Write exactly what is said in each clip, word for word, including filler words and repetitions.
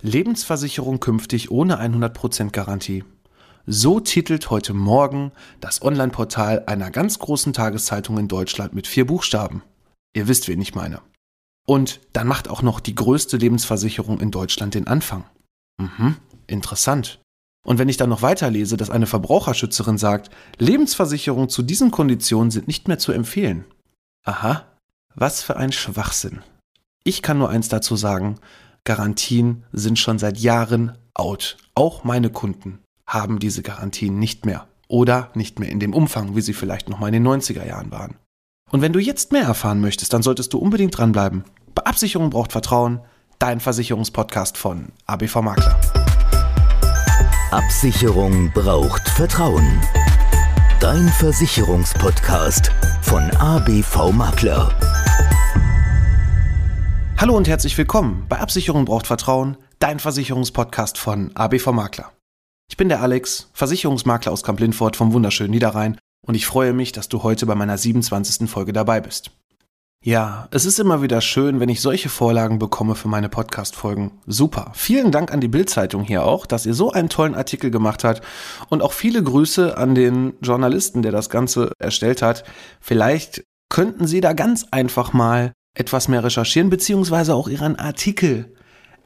Lebensversicherung künftig ohne hundert Prozent Garantie. So titelt heute Morgen das Online-Portal einer ganz großen Tageszeitung in Deutschland mit vier Buchstaben. Ihr wisst, wen ich meine. Und dann macht auch noch die größte Lebensversicherung in Deutschland den Anfang. Mhm, interessant. Und wenn ich dann noch weiterlese, dass eine Verbraucherschützerin sagt, Lebensversicherungen zu diesen Konditionen sind nicht mehr zu empfehlen. Aha, was für ein Schwachsinn. Ich kann nur eins dazu sagen, Garantien sind schon seit Jahren out. Auch meine Kunden haben diese Garantien nicht mehr. Oder nicht mehr in dem Umfang, wie sie vielleicht noch mal in den neunziger Jahren waren. Und wenn du jetzt mehr erfahren möchtest, dann solltest du unbedingt dranbleiben. Bei Absicherung braucht Vertrauen, dein Versicherungspodcast von A B V Makler. Absicherung braucht Vertrauen. Dein Versicherungspodcast von A B V Makler. Hallo und herzlich willkommen bei Absicherung braucht Vertrauen, dein Versicherungspodcast von A B V Makler. Ich bin der Alex, Versicherungsmakler aus Kamp-Lindfort vom wunderschönen Niederrhein und ich freue mich, dass du heute bei meiner siebenundzwanzigsten Folge dabei bist. Ja, es ist immer wieder schön, wenn ich solche Vorlagen bekomme für meine Podcast-Folgen. Super. Vielen Dank an die Bild-Zeitung hier auch, dass ihr so einen tollen Artikel gemacht habt und auch viele Grüße an den Journalisten, der das Ganze erstellt hat. Vielleicht könnten Sie da ganz einfach mal etwas mehr recherchieren, beziehungsweise auch Ihren Artikel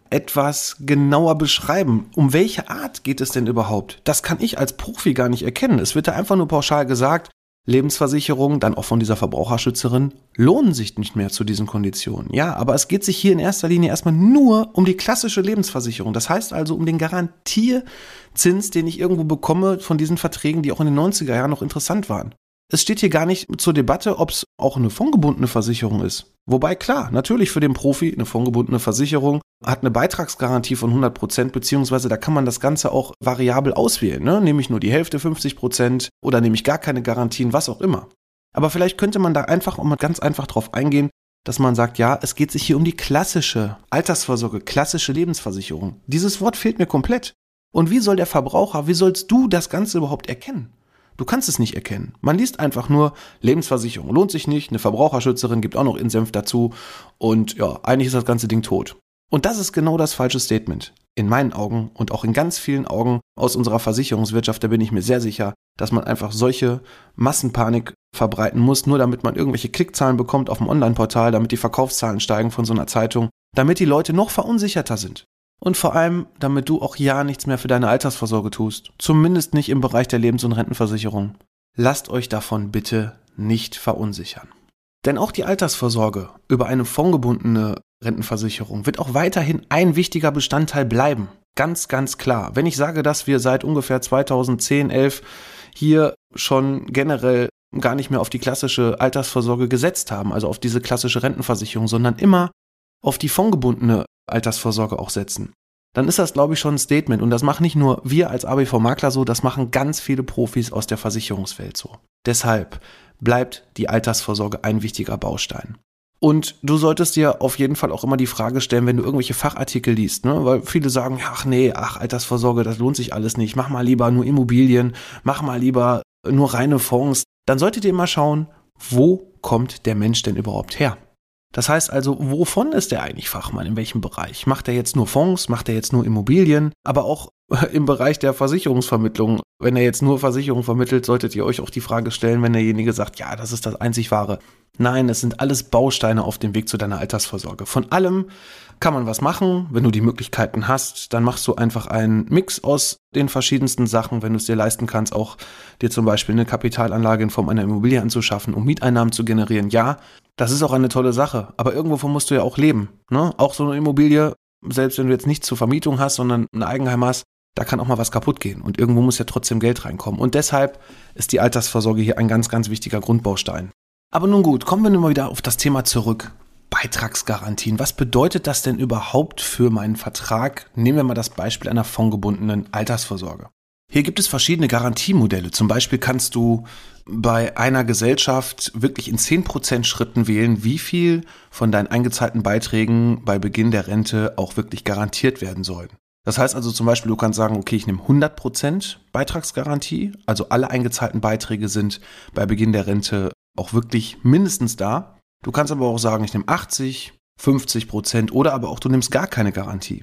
etwas genauer beschreiben. Um welche Art geht es denn überhaupt? Das kann ich als Profi gar nicht erkennen. Es wird da einfach nur pauschal gesagt, Lebensversicherungen, dann auch von dieser Verbraucherschützerin, lohnen sich nicht mehr zu diesen Konditionen. Ja, aber es geht sich hier in erster Linie erstmal nur um die klassische Lebensversicherung. Das heißt also um den Garantiezins, den ich irgendwo bekomme von diesen Verträgen, die auch in den neunziger Jahren noch interessant waren. Es steht hier gar nicht zur Debatte, ob es auch eine fondgebundene Versicherung ist. Wobei klar, natürlich für den Profi eine fondgebundene Versicherung hat eine Beitragsgarantie von hundert Prozent, beziehungsweise da kann man das Ganze auch variabel auswählen. Ne? Nehme ich nur die Hälfte, fünfzig Prozent oder nehme ich gar keine Garantien, was auch immer. Aber vielleicht könnte man da einfach auch mal ganz einfach drauf eingehen, dass man sagt, ja, es geht sich hier um die klassische Altersvorsorge, klassische Lebensversicherung. Dieses Wort fehlt mir komplett. Und wie soll der Verbraucher, wie sollst du das Ganze überhaupt erkennen? Du kannst es nicht erkennen. Man liest einfach nur, Lebensversicherung lohnt sich nicht, eine Verbraucherschützerin gibt auch noch ihren Senf dazu und ja, eigentlich ist das ganze Ding tot. Und das ist genau das falsche Statement. In meinen Augen und auch in ganz vielen Augen aus unserer Versicherungswirtschaft, da bin ich mir sehr sicher, dass man einfach solche Massenpanik verbreiten muss, nur damit man irgendwelche Klickzahlen bekommt auf dem Online-Portal, damit die Verkaufszahlen steigen von so einer Zeitung, damit die Leute noch verunsicherter sind. Und vor allem, damit du auch ja nichts mehr für deine Altersvorsorge tust. Zumindest nicht im Bereich der Lebens- und Rentenversicherung. Lasst euch davon bitte nicht verunsichern. Denn auch die Altersvorsorge über eine fondgebundene Rentenversicherung wird auch weiterhin ein wichtiger Bestandteil bleiben. Ganz, ganz klar. Wenn ich sage, dass wir seit ungefähr zweitausendzehn, elf hier schon generell gar nicht mehr auf die klassische Altersvorsorge gesetzt haben, also auf diese klassische Rentenversicherung, sondern immer auf die fondgebundene Altersvorsorge auch setzen, dann ist das, glaube ich, schon ein Statement. Und das machen nicht nur wir als A B V-Makler so, das machen ganz viele Profis aus der Versicherungswelt so. Deshalb bleibt die Altersvorsorge ein wichtiger Baustein. Und du solltest dir auf jeden Fall auch immer die Frage stellen, wenn du irgendwelche Fachartikel liest, ne? Weil viele sagen, ach nee, ach Altersvorsorge, das lohnt sich alles nicht, mach mal lieber nur Immobilien, mach mal lieber nur reine Fonds. Dann solltet ihr mal schauen, wo kommt der Mensch denn überhaupt her? Das heißt also, wovon ist er eigentlich Fachmann? In welchem Bereich? Macht er jetzt nur Fonds? Macht er jetzt nur Immobilien? Aber auch im Bereich der Versicherungsvermittlung. Wenn er jetzt nur Versicherung vermittelt, solltet ihr euch auch die Frage stellen, wenn derjenige sagt, ja, das ist das einzig Wahre. Nein, es sind alles Bausteine auf dem Weg zu deiner Altersvorsorge. Von allem kann man was machen. Wenn du die Möglichkeiten hast, dann machst du einfach einen Mix aus den verschiedensten Sachen, wenn du es dir leisten kannst, auch dir zum Beispiel eine Kapitalanlage in Form einer Immobilie anzuschaffen, um Mieteinnahmen zu generieren. Ja, das ist auch eine tolle Sache, aber irgendwovon musst du ja auch leben. Ne? Auch so eine Immobilie, selbst wenn du jetzt nichts zur Vermietung hast, sondern ein Eigenheim hast, da kann auch mal was kaputt gehen und irgendwo muss ja trotzdem Geld reinkommen. Und deshalb ist die Altersvorsorge hier ein ganz, ganz wichtiger Grundbaustein. Aber nun gut, kommen wir nun mal wieder auf das Thema zurück. Beitragsgarantien. Was bedeutet das denn überhaupt für meinen Vertrag? Nehmen wir mal das Beispiel einer fondgebundenen Altersvorsorge. Hier gibt es verschiedene Garantiemodelle. Zum Beispiel kannst du bei einer Gesellschaft wirklich in zehn Prozent Schritten wählen, wie viel von deinen eingezahlten Beiträgen bei Beginn der Rente auch wirklich garantiert werden sollen. Das heißt also zum Beispiel, du kannst sagen, okay, ich nehme hundert Prozent Beitragsgarantie, also alle eingezahlten Beiträge sind bei Beginn der Rente auch wirklich mindestens da. Du kannst aber auch sagen, ich nehme achtzig, fünfzig Prozent oder aber auch du nimmst gar keine Garantie.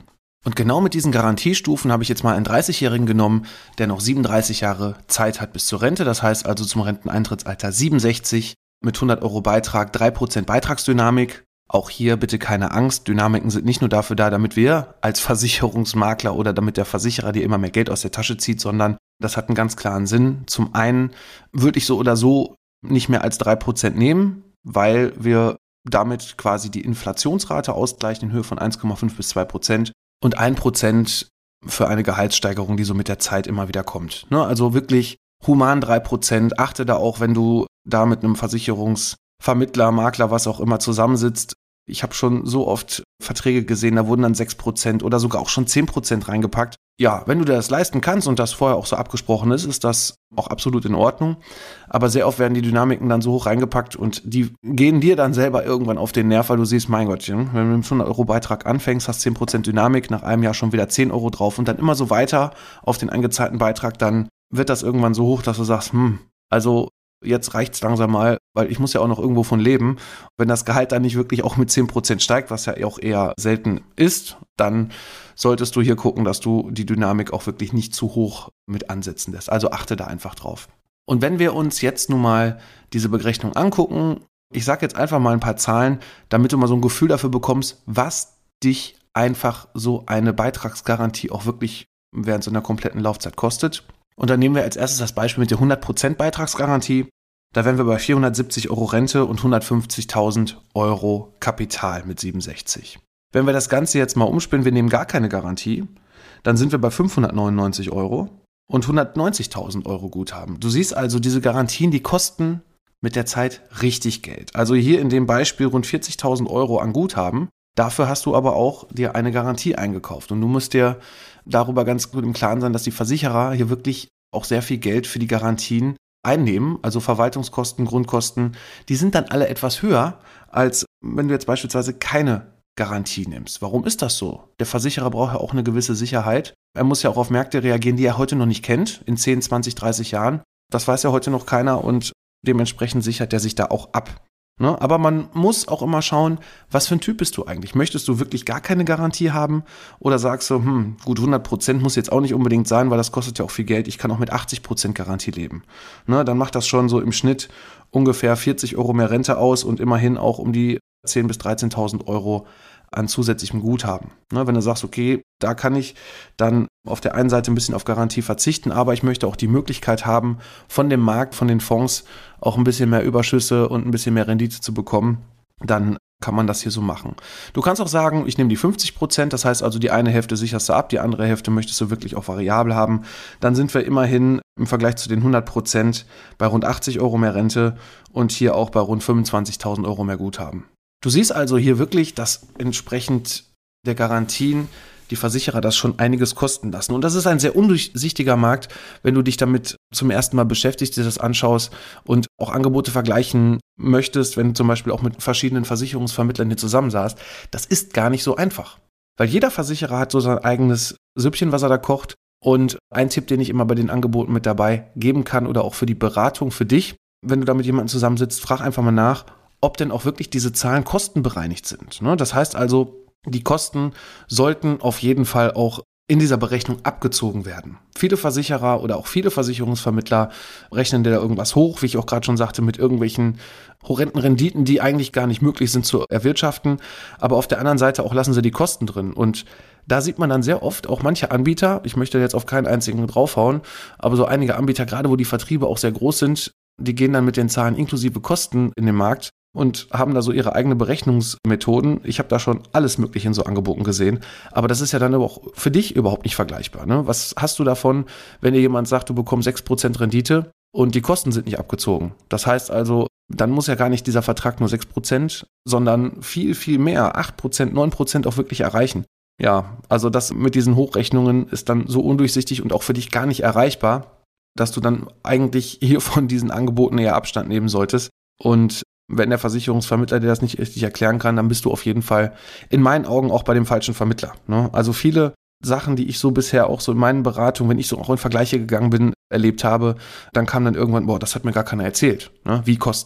Und genau mit diesen Garantiestufen habe ich jetzt mal einen dreißigjährigen genommen, der noch siebenunddreißig Jahre Zeit hat bis zur Rente. Das heißt also zum Renteneintrittsalter siebenundsechzig mit hundert Euro Beitrag, drei Prozent Beitragsdynamik. Auch hier bitte keine Angst. Dynamiken sind nicht nur dafür da, damit wir als Versicherungsmakler oder damit der Versicherer dir immer mehr Geld aus der Tasche zieht, sondern das hat einen ganz klaren Sinn. Zum einen würde ich so oder so nicht mehr als drei Prozent nehmen, weil wir damit quasi die Inflationsrate ausgleichen in Höhe von eins Komma fünf bis zwei Prozent und ein Prozent für eine Gehaltssteigerung, die so mit der Zeit immer wieder kommt. Ne? Also wirklich human drei Prozent. Achte da auch, wenn du da mit einem Versicherungsvermittler, Makler, was auch immer zusammensitzt. Ich habe schon so oft Verträge gesehen, da wurden dann sechs Prozent oder sogar auch schon zehn Prozent reingepackt. Ja, wenn du dir das leisten kannst und das vorher auch so abgesprochen ist, ist das auch absolut in Ordnung. Aber sehr oft werden die Dynamiken dann so hoch reingepackt und die gehen dir dann selber irgendwann auf den Nerv, weil du siehst, mein Gottchen, wenn du mit hundert Euro Beitrag anfängst, hast zehn Prozent Dynamik, nach einem Jahr schon wieder zehn Euro drauf und dann immer so weiter auf den eingezahlten Beitrag, dann wird das irgendwann so hoch, dass du sagst, hm, also jetzt reicht's langsam mal, weil ich muss ja auch noch irgendwo von leben. Wenn das Gehalt dann nicht wirklich auch mit zehn Prozent steigt, was ja auch eher selten ist, dann solltest du hier gucken, dass du die Dynamik auch wirklich nicht zu hoch mit ansetzen lässt. Also achte da einfach drauf. Und wenn wir uns jetzt nun mal diese Berechnung angucken, ich sage jetzt einfach mal ein paar Zahlen, damit du mal so ein Gefühl dafür bekommst, was dich einfach so eine Beitragsgarantie auch wirklich während so einer kompletten Laufzeit kostet. Und dann nehmen wir als erstes das Beispiel mit der hundert Prozent Beitragsgarantie. Da wären wir bei vierhundertsiebzig Euro Rente und hundertfünfzigtausend Euro Kapital mit siebenundsechzig. Wenn wir das Ganze jetzt mal umspinnen, wir nehmen gar keine Garantie, dann sind wir bei fünfhundertneunundneunzig Euro und hundertneunzigtausend Euro Guthaben. Du siehst also, diese Garantien, die kosten mit der Zeit richtig Geld. Also hier in dem Beispiel rund vierzigtausend Euro an Guthaben. Dafür hast du aber auch dir eine Garantie eingekauft. Und du musst dir darüber ganz gut im Klaren sein, dass die Versicherer hier wirklich auch sehr viel Geld für die Garantien einnehmen. Also Verwaltungskosten, Grundkosten, die sind dann alle etwas höher, als wenn du jetzt beispielsweise keine Garantie nimmst. Warum ist das so? Der Versicherer braucht ja auch eine gewisse Sicherheit. Er muss ja auch auf Märkte reagieren, die er heute noch nicht kennt, in zehn, zwanzig, dreißig Jahren. Das weiß ja heute noch keiner und dementsprechend sichert er sich da auch ab. Ne? Aber man muss auch immer schauen, was für ein Typ bist du eigentlich? Möchtest du wirklich gar keine Garantie haben? Oder sagst du, hm, gut, hundert Prozent muss jetzt auch nicht unbedingt sein, weil das kostet ja auch viel Geld. Ich kann auch mit achtzig Prozent Garantie leben. Ne? Dann macht das schon so im Schnitt ungefähr vierzig Euro mehr Rente aus und immerhin auch um die zehntausend bis dreizehntausend Euro an zusätzlichem Guthaben. Ne, wenn du sagst, okay, da kann ich dann auf der einen Seite ein bisschen auf Garantie verzichten, aber ich möchte auch die Möglichkeit haben, von dem Markt, von den Fonds auch ein bisschen mehr Überschüsse und ein bisschen mehr Rendite zu bekommen, dann kann man das hier so machen. Du kannst auch sagen, ich nehme die fünfzig Prozent, das heißt also die eine Hälfte sicherst du ab, die andere Hälfte möchtest du wirklich auch variabel haben. Dann sind wir immerhin im Vergleich zu den hundert Prozent bei rund achtzig Euro mehr Rente und hier auch bei rund fünfundzwanzigtausend Euro mehr Guthaben. Du siehst also hier wirklich, dass entsprechend der Garantien die Versicherer das schon einiges kosten lassen. Und das ist ein sehr undurchsichtiger Markt, wenn du dich damit zum ersten Mal beschäftigst, dir das anschaust und auch Angebote vergleichen möchtest, wenn du zum Beispiel auch mit verschiedenen Versicherungsvermittlern hier zusammensaßt. Das ist gar nicht so einfach. Weil jeder Versicherer hat so sein eigenes Süppchen, was er da kocht. Und ein Tipp, den ich immer bei den Angeboten mit dabei geben kann oder auch für die Beratung für dich, wenn du da mit jemandem zusammensitzt, frag einfach mal nach, ob denn auch wirklich diese Zahlen kostenbereinigt sind. Das heißt also, die Kosten sollten auf jeden Fall auch in dieser Berechnung abgezogen werden. Viele Versicherer oder auch viele Versicherungsvermittler rechnen da irgendwas hoch, wie ich auch gerade schon sagte, mit irgendwelchen horrenden Renditen, die eigentlich gar nicht möglich sind zu erwirtschaften. Aber auf der anderen Seite auch lassen sie die Kosten drin. Und da sieht man dann sehr oft auch manche Anbieter, ich möchte jetzt auf keinen einzigen draufhauen, aber so einige Anbieter, gerade wo die Vertriebe auch sehr groß sind, die gehen dann mit den Zahlen inklusive Kosten in den Markt und haben da so ihre eigenen Berechnungsmethoden. Ich habe da schon alles Mögliche in so Angeboten gesehen, aber das ist ja dann aber auch für dich überhaupt nicht vergleichbar. Ne? Was hast du davon, wenn dir jemand sagt, du bekommst sechs Prozent Rendite und die Kosten sind nicht abgezogen? Das heißt also, dann muss ja gar nicht dieser Vertrag nur sechs Prozent, sondern viel, viel mehr, acht Prozent, neun Prozent auch wirklich erreichen. Ja, also das mit diesen Hochrechnungen ist dann so undurchsichtig und auch für dich gar nicht erreichbar, dass du dann eigentlich hier von diesen Angeboten eher Abstand nehmen solltest. Und wenn der Versicherungsvermittler dir das nicht richtig erklären kann, dann bist du auf jeden Fall in meinen Augen auch bei dem falschen Vermittler. Ne? Also viele Sachen, die ich so bisher auch so in meinen Beratungen, wenn ich so auch in Vergleiche gegangen bin, erlebt habe, dann kam dann irgendwann, boah, das hat mir gar keiner erzählt. Ne? Wie Kosten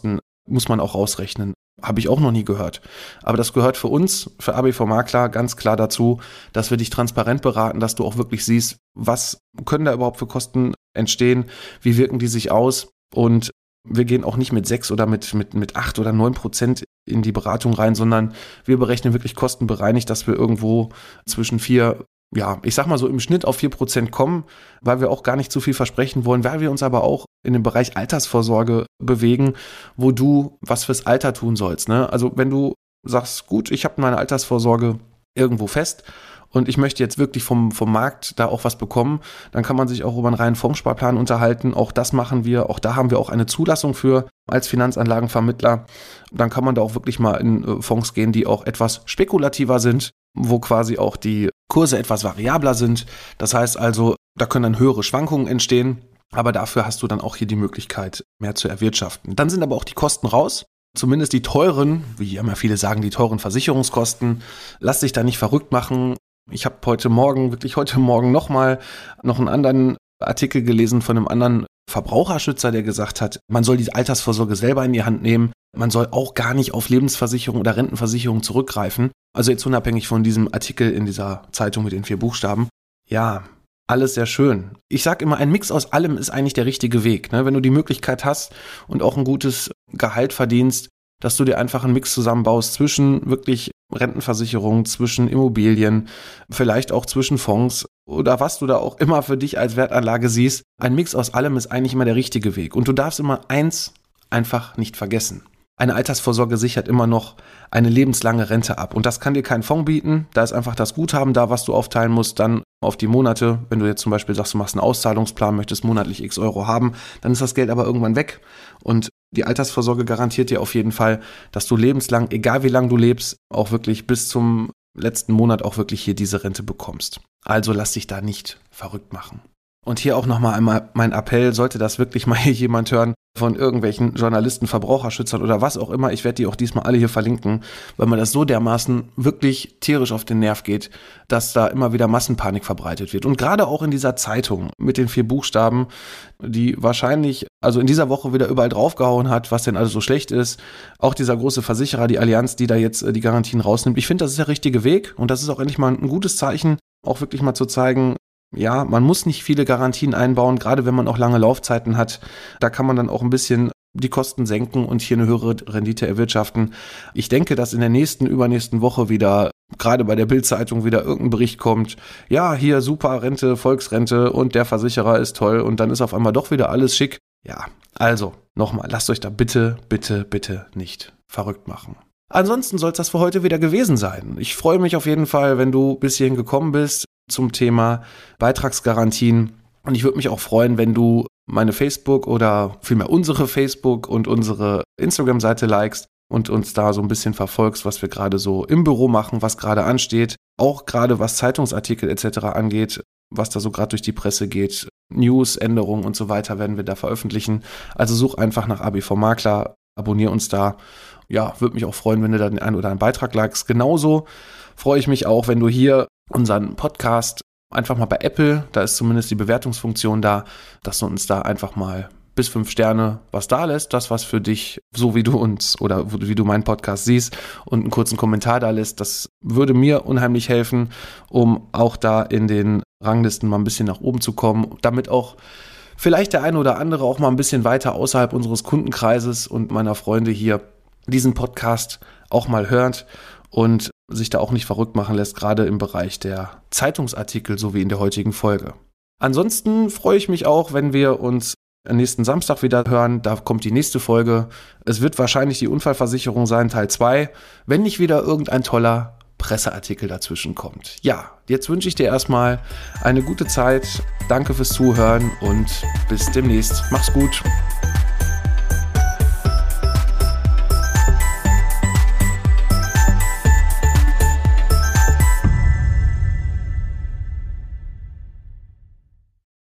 muss man auch rausrechnen. Habe ich auch noch nie gehört. Aber das gehört für uns, für A B V-Makler, ganz klar dazu, dass wir dich transparent beraten, dass du auch wirklich siehst, was können da überhaupt für Kosten entstehen, wie wirken die sich aus. Und wir gehen auch nicht mit sechs oder mit, mit, mit acht oder neun Prozent in die Beratung rein, sondern wir berechnen wirklich kostenbereinigt, dass wir irgendwo zwischen vier, ja, ich sag mal so im Schnitt auf vier Prozent kommen, weil wir auch gar nicht zu viel versprechen wollen, weil wir uns aber auch in dem Bereich Altersvorsorge bewegen, wo du was fürs Alter tun sollst. Ne? Also wenn du sagst, gut, ich habe meine Altersvorsorge irgendwo fest und ich möchte jetzt wirklich vom, vom Markt da auch was bekommen, dann kann man sich auch über einen reinen Fondssparplan unterhalten. Auch das machen wir, auch da haben wir auch eine Zulassung für als Finanzanlagenvermittler. Dann kann man da auch wirklich mal in Fonds gehen, die auch etwas spekulativer sind, wo quasi auch die Kurse etwas variabler sind. Das heißt also, da können dann höhere Schwankungen entstehen, aber dafür hast du dann auch hier die Möglichkeit, mehr zu erwirtschaften. Dann sind aber auch die Kosten raus. Zumindest die teuren, wie immer viele sagen, die teuren Versicherungskosten. Lass dich da nicht verrückt machen. Ich habe heute Morgen, wirklich heute Morgen nochmal noch einen anderen Artikel gelesen von einem anderen Verbraucherschützer, der gesagt hat, man soll die Altersvorsorge selber in die Hand nehmen. Man soll auch gar nicht auf Lebensversicherung oder Rentenversicherung zurückgreifen. Also jetzt unabhängig von diesem Artikel in dieser Zeitung mit den vier Buchstaben. Ja, alles sehr schön. Ich sage immer, ein Mix aus allem ist eigentlich der richtige Weg. Ne? Wenn du die Möglichkeit hast und auch ein gutes Gehalt verdienst, dass du dir einfach einen Mix zusammenbaust zwischen wirklich Rentenversicherung, zwischen Immobilien, vielleicht auch zwischen Fonds oder was du da auch immer für dich als Wertanlage siehst. Ein Mix aus allem ist eigentlich immer der richtige Weg. Und du darfst immer eins einfach nicht vergessen. Eine Altersvorsorge sichert immer noch eine lebenslange Rente ab. Und das kann dir kein Fonds bieten. Da ist einfach das Guthaben da, was du aufteilen musst, dann auf die Monate. Wenn du jetzt zum Beispiel sagst, du machst einen Auszahlungsplan, möchtest monatlich x Euro haben, dann ist das Geld aber irgendwann weg. Und die Altersvorsorge garantiert dir auf jeden Fall, dass du lebenslang, egal wie lange du lebst, auch wirklich bis zum letzten Monat auch wirklich hier diese Rente bekommst. Also lass dich da nicht verrückt machen. Und hier auch nochmal einmal mein Appell, sollte das wirklich mal hier jemand hören von irgendwelchen Journalisten, Verbraucherschützern oder was auch immer, ich werde die auch diesmal alle hier verlinken, weil mir das so dermaßen wirklich tierisch auf den Nerv geht, dass da immer wieder Massenpanik verbreitet wird. Und gerade auch in dieser Zeitung mit den vier Buchstaben, die wahrscheinlich, also in dieser Woche wieder überall draufgehauen hat, was denn alles so schlecht ist. Auch dieser große Versicherer, die Allianz, die da jetzt die Garantien rausnimmt. Ich finde, das ist der richtige Weg und das ist auch endlich mal ein gutes Zeichen, auch wirklich mal zu zeigen, ja, man muss nicht viele Garantien einbauen, gerade wenn man auch lange Laufzeiten hat. Da kann man dann auch ein bisschen die Kosten senken und hier eine höhere Rendite erwirtschaften. Ich denke, dass in der nächsten, übernächsten Woche wieder, gerade bei der Bild-Zeitung, wieder irgendein Bericht kommt. Ja, hier super Rente, Volksrente und der Versicherer ist toll und dann ist auf einmal doch wieder alles schick. Ja, also nochmal, lasst euch da bitte, bitte, bitte nicht verrückt machen. Ansonsten soll es das für heute wieder gewesen sein. Ich freue mich auf jeden Fall, wenn du bis hierhin gekommen bist zum Thema Beitragsgarantien. Und ich würde mich auch freuen, wenn du meine Facebook oder vielmehr unsere Facebook und unsere Instagram-Seite likest und uns da so ein bisschen verfolgst, was wir gerade so im Büro machen, was gerade ansteht. Auch gerade was Zeitungsartikel et cetera angeht, was da so gerade durch die Presse geht. News, Änderungen und so weiter werden wir da veröffentlichen. Also such einfach nach A B V-Makler, abonniere uns da. Ja, würde mich auch freuen, wenn du da den einen oder anderen Beitrag likest. Genauso freue ich mich auch, wenn du hier unseren Podcast einfach mal bei Apple, da ist zumindest die Bewertungsfunktion da, dass du uns da einfach mal bis fünf Sterne was da lässt, das was für dich, so wie du uns oder wie du meinen Podcast siehst und einen kurzen Kommentar da lässt, das würde mir unheimlich helfen, um auch da in den Ranglisten mal ein bisschen nach oben zu kommen, damit auch vielleicht der eine oder andere auch mal ein bisschen weiter außerhalb unseres Kundenkreises und meiner Freunde hier diesen Podcast auch mal hört und sich da auch nicht verrückt machen lässt, gerade im Bereich der Zeitungsartikel, so wie in der heutigen Folge. Ansonsten freue ich mich auch, wenn wir uns nächsten Samstag wieder hören. Da kommt die nächste Folge. Es wird wahrscheinlich die Unfallversicherung sein, Teil zwei, wenn nicht wieder irgendein toller Presseartikel dazwischen kommt. Ja, jetzt wünsche ich dir erstmal eine gute Zeit. Danke fürs Zuhören und bis demnächst. Mach's gut.